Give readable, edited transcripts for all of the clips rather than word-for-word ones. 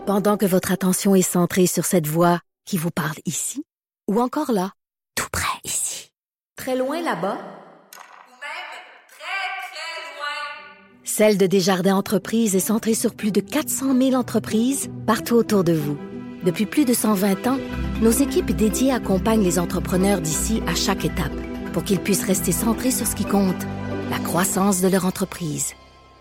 Pendant que votre attention est centrée sur cette voix qui vous parle ici, ou encore là, tout près ici, très loin là-bas, ou même très, très loin. Celle de Desjardins Entreprises est centrée sur plus de 400 000 entreprises partout autour de vous. Depuis plus de 120 ans, nos équipes dédiées accompagnent les entrepreneurs d'ici à chaque étape pour qu'ils puissent rester centrés sur ce qui compte, la croissance de leur entreprise.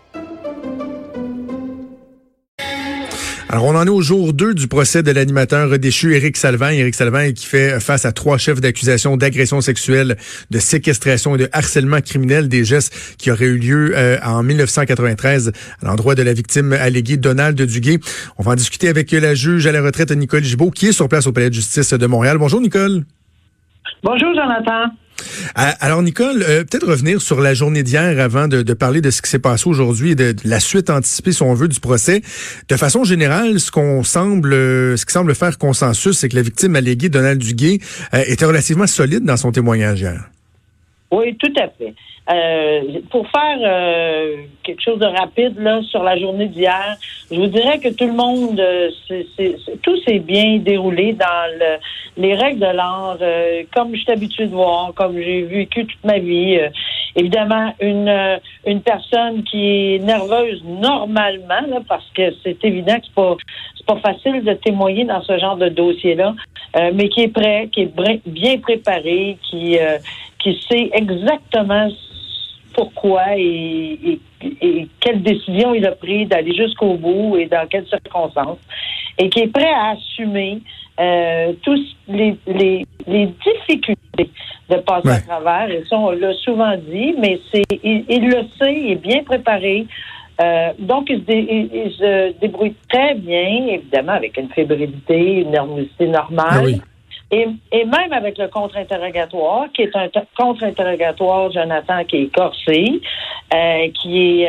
Alors, on en est au jour 2 du procès de l'animateur déchu Éric Salvagne. Éric Salvagne qui fait face à 3 chefs d'accusation d'agression sexuelle, de séquestration et de harcèlement criminel, des gestes qui auraient eu lieu en 1993 à l'endroit de la victime alléguée Donald Duguay. On va en discuter avec la juge à la retraite Nicole Gibault qui est sur place au Palais de justice de Montréal. Bonjour Nicole. Bonjour Jonathan. Alors Nicole, peut-être revenir sur la journée d'hier avant de parler de ce qui s'est passé aujourd'hui et de la suite anticipée, si on veut, du procès. De façon générale, ce qui semble faire consensus, c'est que la victime alléguée, Donald Duguay, était relativement solide dans son témoignage hier. Oui, tout à fait. Pour faire quelque chose de rapide là sur la journée d'hier, je vous dirais que tout le monde, tout s'est bien déroulé dans les règles de l'art, comme je suis habituée de voir, comme j'ai vécu toute ma vie. Évidemment, une personne qui est nerveuse normalement, là, parce que c'est évident que c'est pas facile de témoigner dans ce genre de dossier-là, mais qui est prêt, qui est bien préparé, qui sait exactement pourquoi et quelle décision il a pris d'aller jusqu'au bout et dans quelles circonstances, et qui est prêt à assumer tous les difficultés de passer à travers. Et ça, on l'a souvent dit, mais il le sait, il est bien préparé. Donc, il se débrouille très bien, évidemment, avec une fébrilité, une nervosité normale. Ah oui. Et même avec le contre-interrogatoire, qui est un contre-interrogatoire, Jonathan, qui est corsé, qui est...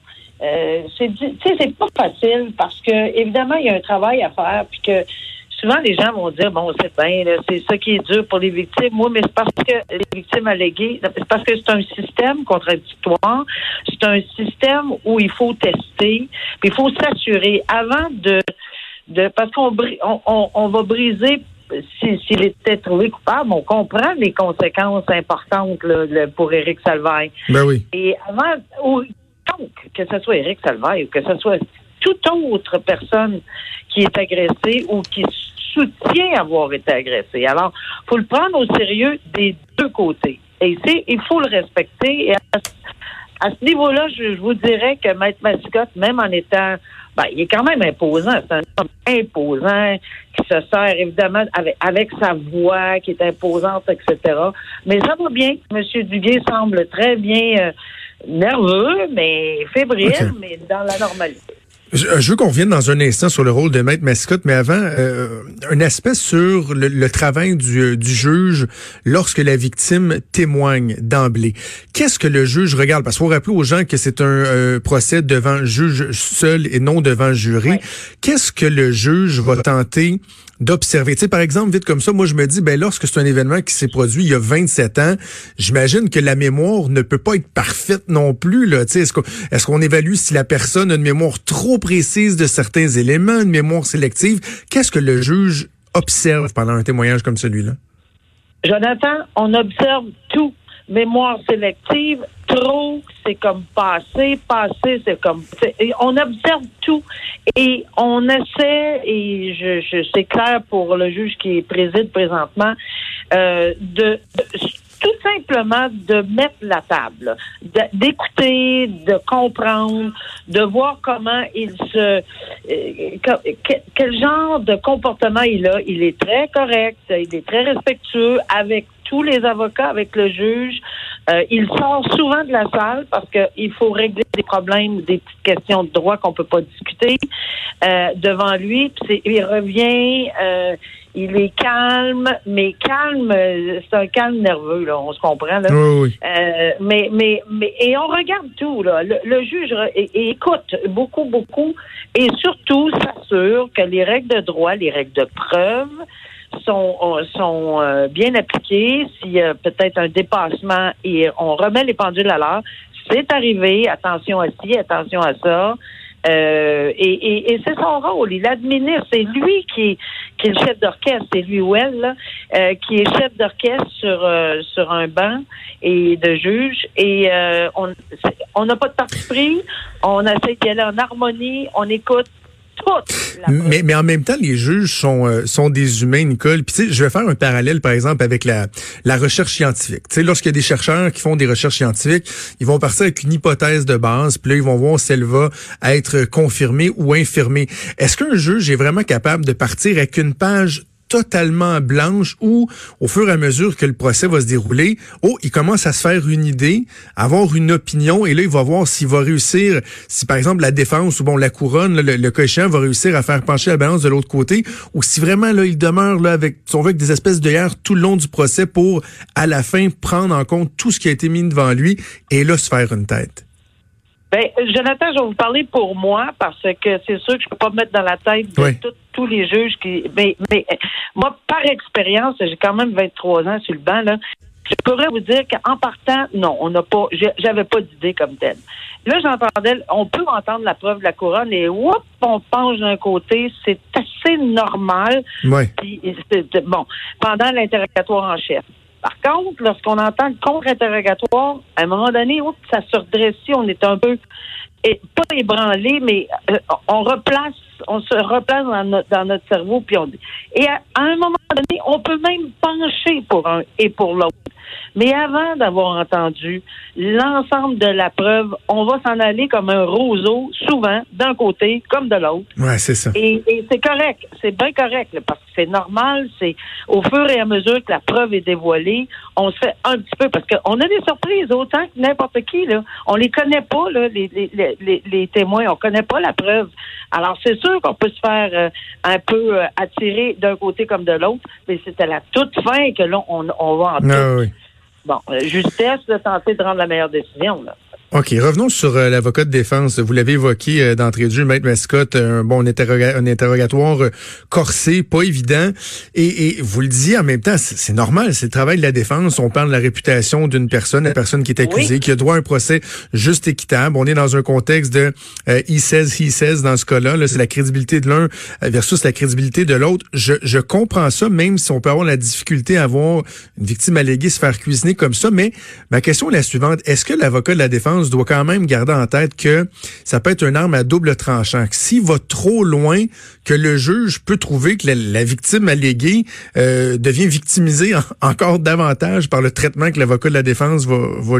c'est pas facile parce que, évidemment, il y a un travail à faire, puis que souvent, les gens vont dire, bon, c'est bien, là, c'est ça qui est dur pour les victimes. Oui, mais c'est parce que les victimes alléguées, c'est parce que c'est un système contradictoire. C'est un système où il faut tester, puis il faut s'assurer avant de parce qu'on va briser. S'il était trouvé coupable, on comprend les conséquences importantes là, pour Éric Salvagne. Ben oui. Et avant, que ce soit Éric Salvagne ou que ce soit toute autre personne qui est agressée ou qui soutient avoir été agressée. Alors, il faut le prendre au sérieux des deux côtés. Et il faut le respecter. Et à ce niveau-là, je vous dirais que Maître Mascotte, même en étant... il est quand même imposant. C'est un homme imposant qui se sert évidemment avec sa voix qui est imposante, etc. Mais ça va bien. M. Duguay semble très bien nerveux, mais fébrile, okay, mais dans la normalité. Je veux qu'on revienne dans un instant sur le rôle de Maître Mascotte, mais avant, un aspect sur le travail du juge lorsque la victime témoigne d'emblée. Qu'est-ce que le juge regarde? Parce qu'il faut rappeler aux gens que c'est un procès devant juge seul et non devant jury. Ouais. Qu'est-ce que le juge va tenter d'observer? Tu sais, par exemple, vite comme ça, moi je me dis, lorsque c'est un événement qui s'est produit il y a 27 ans, j'imagine que la mémoire ne peut pas être parfaite non plus, là. Tu sais, est-ce qu'on évalue si la personne a une mémoire trop précise de certains éléments, une mémoire sélective? Qu'est-ce que le juge observe pendant un témoignage comme celui-là? Jonathan, on observe tout. Mémoire sélective, trop, c'est comme passé, c'est comme... on observe tout. Et on essaie, et c'est clair pour le juge qui préside présentement, tout simplement de mettre la table, d'écouter, de comprendre, de voir comment quel genre de comportement il a. Il est très correct, il est très respectueux avec tous les avocats, avec le juge. Il sort souvent de la salle parce qu'il faut régler des problèmes, des petites questions de droit qu'on peut pas discuter devant lui. Il revient, il est calme, mais calme, c'est un calme nerveux, là, on se comprend, là. Oui. Mais et on regarde tout, là. Le juge écoute beaucoup, et surtout s'assure que les règles de droit, les règles de preuve sont bien appliquées. S'il y a peut-être un dépassement, et on remet les pendules à l'heure. C'est arrivé, attention à ci, attention à ça. Et c'est son rôle. Il administre. C'est lui qui est le chef d'orchestre. C'est lui ou elle là, qui est chef d'orchestre sur un banc et de juge. Et on n'a pas de parti pris. On essaie d'y aller en harmonie. On écoute. Mais en même temps, les juges sont des humains, Nicole. Puis tu sais, je vais faire un parallèle, par exemple, avec la recherche scientifique. Tu sais, lorsqu'il y a des chercheurs qui font des recherches scientifiques, ils vont partir avec une hypothèse de base, puis là, ils vont voir si elle va être confirmée ou infirmée. Est-ce qu'un juge est vraiment capable de partir avec une page totalement blanche ou au fur et à mesure que le procès va se dérouler, il commence à se faire une idée, avoir une opinion et là, il va voir s'il va réussir, si par exemple la défense ou la couronne, là, le cas échéant va réussir à faire pencher la balance de l'autre côté ou si vraiment là, il demeure là avec, si on veut, avec des espèces d'œillères tout le long du procès pour, à la fin, prendre en compte tout ce qui a été mis devant lui et là, se faire une tête. Ben, Jonathan, je vais vous parler pour moi parce que c'est sûr que je peux pas me mettre dans la tête de tous les juges qui. Mais moi, par expérience, j'ai quand même 23 ans sur le banc là. Je pourrais vous dire qu'en partant, non, on n'a pas. J'avais pas d'idée comme telle. Là, j'entendais. On peut entendre la preuve de la couronne et on penche d'un côté. C'est assez normal. Ouais. Puis, bon, pendant l'interrogatoire en chef. Par contre, lorsqu'on entend le contre-interrogatoire, à un moment donné, ça se redressait, on est un peu, pas ébranlé, mais on se replace dans notre cerveau, puis on dit. Et à un moment donné, on peut même pencher pour un et pour l'autre. Mais avant d'avoir entendu l'ensemble de la preuve, on va s'en aller comme un roseau, souvent, d'un côté comme de l'autre. Ouais, c'est ça. Et c'est correct, c'est bien correct, là, parce que c'est normal, c'est au fur et à mesure que la preuve est dévoilée, on se fait un petit peu, parce qu'on a des surprises autant que n'importe qui, là. On les connaît pas, là, les témoins, on connaît pas la preuve. Alors, c'est sûr qu'on peut se faire un peu attirer d'un côté comme de l'autre, mais c'est à la toute fin que là, on va en Ah, oui. Bon, justesse de tenter de rendre la meilleure décision, là. OK, revenons sur l'avocat de défense. Vous l'avez évoqué d'entrée de jeu, Maître Mascotte, un interrogatoire corsé, pas évident. Et vous le disiez en même temps, c'est normal, c'est le travail de la défense. On parle de la réputation d'une personne, la personne qui est accusée, qui a droit à un procès juste équitable. On est dans un contexte de he says dans ce cas-là. Là, c'est la crédibilité de l'un versus la crédibilité de l'autre. Je comprends ça, même si on peut avoir la difficulté à voir une victime alléguée se faire cuisiner comme ça. Mais ma question est la suivante. Est-ce que l'avocat de la défense doit quand même garder en tête que ça peut être une arme à double tranchant. S'il va trop loin, que le juge peut trouver que la victime alléguée devient victimisée encore davantage par le traitement que l'avocat de la défense va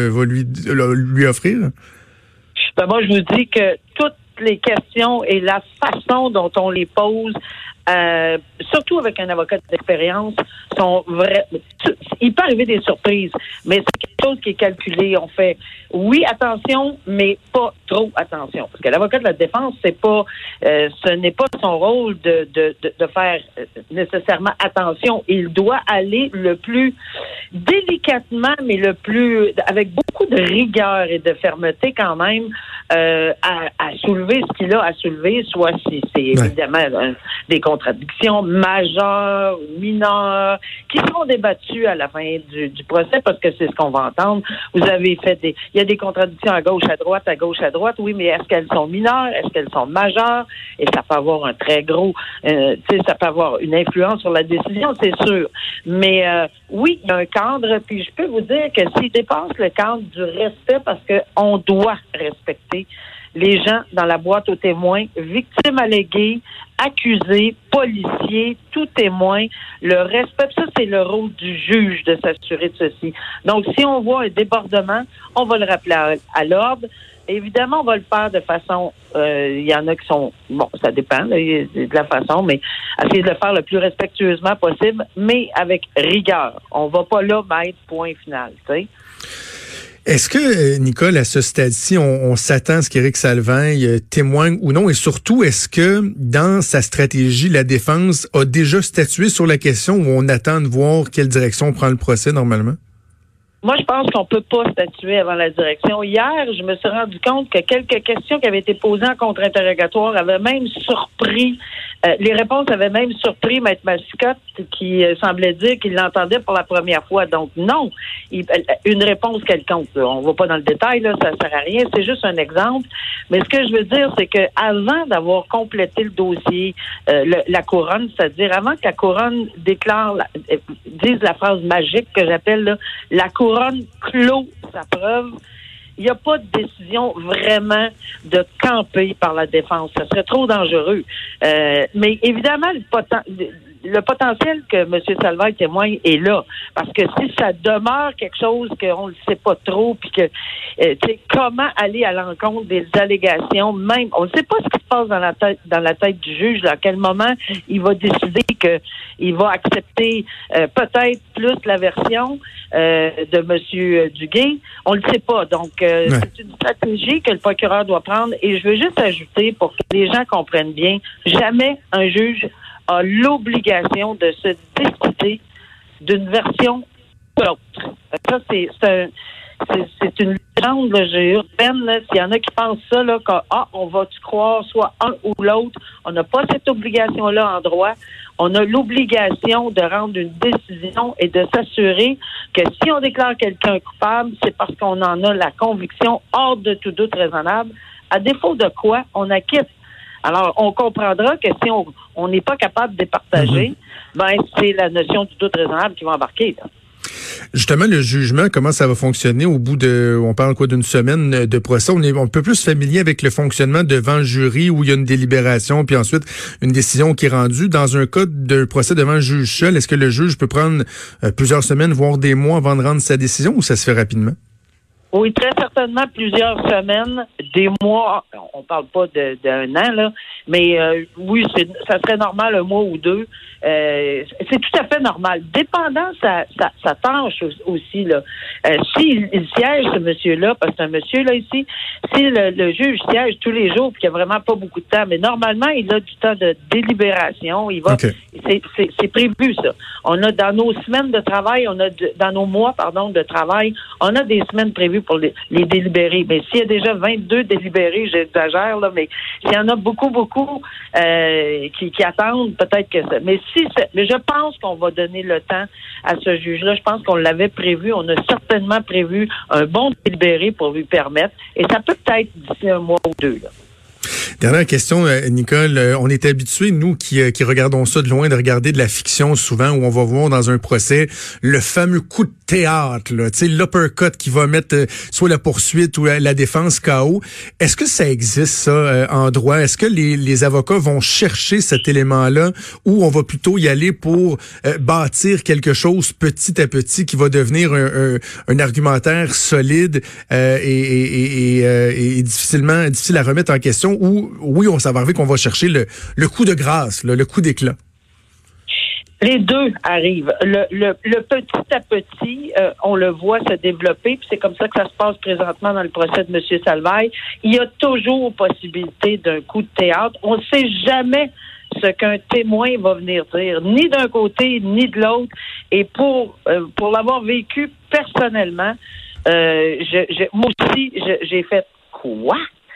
lui offrir? Ben moi, je vous dis que toutes les questions et la façon dont on les pose, surtout avec un avocat d'expérience, sont vraies. Il peut arriver des surprises, mais c'est quelque chose qui est calculé. On fait, oui, attention, mais pas trop attention. Parce que l'avocat de la défense, ce n'est pas son rôle de faire nécessairement attention. Il doit aller le plus délicatement, mais avec beaucoup de rigueur et de fermeté quand même, à soulever ce qu'il a à soulever, soit si c'est évidemment des contradictions majeures, mineures, qui seront débattues à la fin du procès, parce que c'est ce qu'on va entendre. Vous avez il y a des contradictions à gauche, à droite, oui, mais est-ce qu'elles sont mineures, est-ce qu'elles sont majeures? Et ça peut avoir un très gros, ça peut avoir une influence sur la décision, c'est sûr. Mais oui, il y a un cadre, puis je peux vous dire que s'il dépasse le cadre du respect, parce qu'on doit respecter les gens dans la boîte aux témoins, victimes alléguées, accusés, policiers, tout témoin, le respect, ça c'est le rôle du juge de s'assurer de ceci. Donc, si on voit un débordement, on va le rappeler à l'ordre. Évidemment, on va le faire de façon, il y en a qui sont, ça dépend de la façon, mais essayer de le faire le plus respectueusement possible, mais avec rigueur. On va pas là mettre point final, tu sais. Est-ce que, Nicole, à ce stade-ci, on s'attend à ce qu'Éric Salvaille témoigne ou non? Et surtout, est-ce que, dans sa stratégie, la défense a déjà statué sur la question où on attend de voir quelle direction prend le procès normalement? Moi, je pense qu'on peut pas statuer avant la direction. Hier, je me suis rendu compte que quelques questions qui avaient été posées en contre-interrogatoire avaient même surpris Les réponses avaient même surpris Maître Mascotte, qui semblait dire qu'il l'entendait pour la première fois. Donc non, une réponse quelconque. Là. On va pas dans le détail, là, ça sert à rien. C'est juste un exemple. Mais ce que je veux dire, c'est que avant d'avoir complété le dossier, la couronne, c'est-à-dire avant que la couronne dise la phrase magique que j'appelle là, la couronne clôt sa preuve. Il n'y a pas de décision vraiment de camper par la défense. Ça serait trop dangereux. Mais évidemment, le potentiel que M. Salvaille témoigne est là. Parce que si ça demeure quelque chose qu'on ne sait pas trop, puis que, comment aller à l'encontre des allégations, même, on ne sait pas ce qui se passe dans la tête du juge, là, à quel moment il va décider qu'il va accepter peut-être plus la version de M. Duguay. On ne le sait pas. Donc, c'est une stratégie que le procureur doit prendre. Et je veux juste ajouter, pour que les gens comprennent bien, jamais un juge a l'obligation de se décider d'une version ou l'autre. Ça, c'est une légende urbaine. Là. S'il y en a qui pensent ça, là, on va-tu croire soit un ou l'autre, on n'a pas cette obligation-là en droit. On a l'obligation de rendre une décision et de s'assurer que si on déclare quelqu'un coupable, c'est parce qu'on en a la conviction hors de tout doute raisonnable. À défaut de quoi, on acquitte. Alors, on comprendra que si on n'est pas capable de départager, c'est la notion du doute raisonnable qui va embarquer. Là. Justement, le jugement, comment ça va fonctionner au bout on parle d'une semaine de procès? On est un peu plus familier avec le fonctionnement devant le jury où il y a une délibération puis ensuite une décision qui est rendue. Dans un cas de procès devant un juge seul, est-ce que le juge peut prendre plusieurs semaines, voire des mois avant de rendre sa décision ou ça se fait rapidement? Oui, très certainement plusieurs semaines, des mois, on parle pas d'un an, là, mais oui, ça serait normal un mois ou deux. C'est tout à fait normal. Dépendant sa tâche aussi, là. S'il siège, ce monsieur-là, parce que c'est un monsieur là ici, si le juge siège tous les jours puis qu'il n'y a vraiment pas beaucoup de temps, mais normalement, il a du temps de délibération. Il va c'est prévu, ça. On a dans nos semaines de travail, dans nos mois, de travail, on a des semaines prévues pour les délibérés. Mais s'il y a déjà 22 délibérés, j'exagère, là, mais s'il y en a beaucoup qui attendent, peut-être que ça. Mais je pense qu'on va donner le temps à ce juge-là. Je pense qu'on l'avait prévu. On a certainement prévu un bon délibéré pour lui permettre. Et ça peut être d'ici un mois ou deux, là. Dernière question, Nicole. On est habitués, nous, qui regardons ça de loin, de regarder de la fiction souvent, où on va voir dans un procès le fameux coup de théâtre, là, tu sais, l'uppercut qui va mettre soit la poursuite ou la défense KO. Est-ce que ça existe, ça, en droit? Est-ce que les avocats vont chercher cet élément-là ou on va plutôt y aller pour bâtir quelque chose petit à petit qui va devenir un argumentaire solide et difficile à remettre en question? Ou oui, ça va arriver qu'on va chercher le coup de grâce, le coup d'éclat. Les deux arrivent. Le petit à petit, on le voit se développer, puis c'est comme ça que ça se passe présentement dans le procès de M. Salvaille. Il y a toujours possibilité d'un coup de théâtre. On ne sait jamais ce qu'un témoin va venir dire, ni d'un côté, ni de l'autre. Et pour l'avoir vécu personnellement, moi aussi, j'ai fait quoi?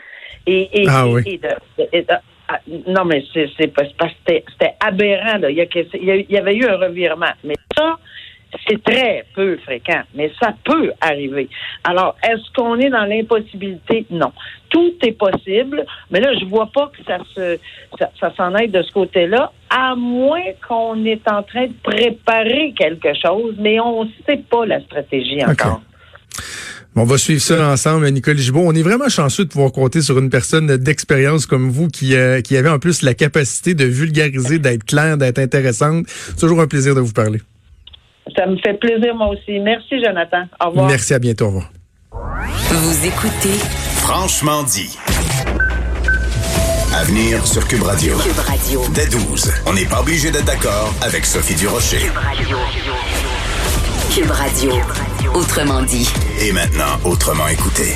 Non, mais c'est parce que c'était aberrant, là. Il y avait eu un revirement. Mais ça, c'est très peu fréquent. Mais ça peut arriver. Alors, est-ce qu'on est dans l'impossibilité? Non. Tout est possible. Mais là, je vois pas que ça s'en aille de ce côté-là, à moins qu'on est en train de préparer quelque chose, mais on sait pas la stratégie encore. Okay. On va suivre ça ensemble, Nicole Gibault. On est vraiment chanceux de pouvoir compter sur une personne d'expérience comme vous qui avait en plus la capacité de vulgariser, d'être claire, d'être intéressante. C'est toujours un plaisir de vous parler. Ça me fait plaisir, moi aussi. Merci, Jonathan. Au revoir. Merci, à bientôt. Au revoir. Vous écoutez Franchement dit. À venir sur Cube Radio. Cube Radio. Dès 12. On n'est pas obligé d'être d'accord avec Sophie Durocher. Cube Radio. Cube Radio. Autrement dit. Et maintenant, autrement écouté.